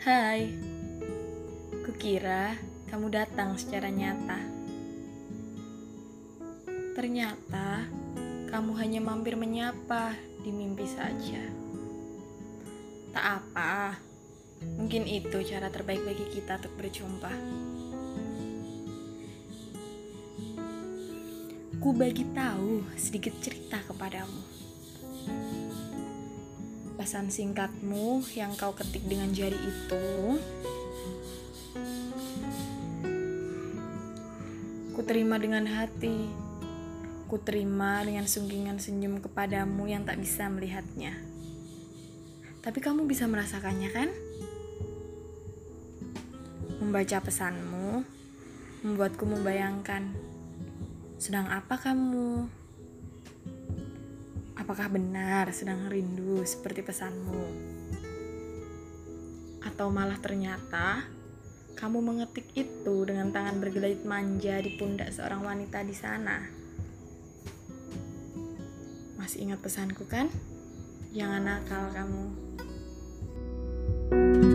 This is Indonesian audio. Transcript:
Hai, kukira kamu datang secara nyata. Ternyata kamu hanya mampir menyapa di mimpi saja. Tak apa, mungkin itu cara terbaik bagi kita untuk berjumpa. Ku bagi tahu sedikit cerita kepadamu. Pesan singkatmu yang kau ketik dengan jari itu, ku terima dengan hati. Ku terima dengan sungkingan senyum kepadamu yang tak bisa melihatnya. Tapi kamu bisa merasakannya, kan? Membaca pesanmu membuatku membayangkan, sedang apa kamu? Apakah benar sedang rindu seperti pesanmu? Atau malah ternyata kamu mengetik itu dengan tangan bergelit manja di pundak seorang wanita di sana? Masih ingat pesanku, kan? Jangan nakal kamu.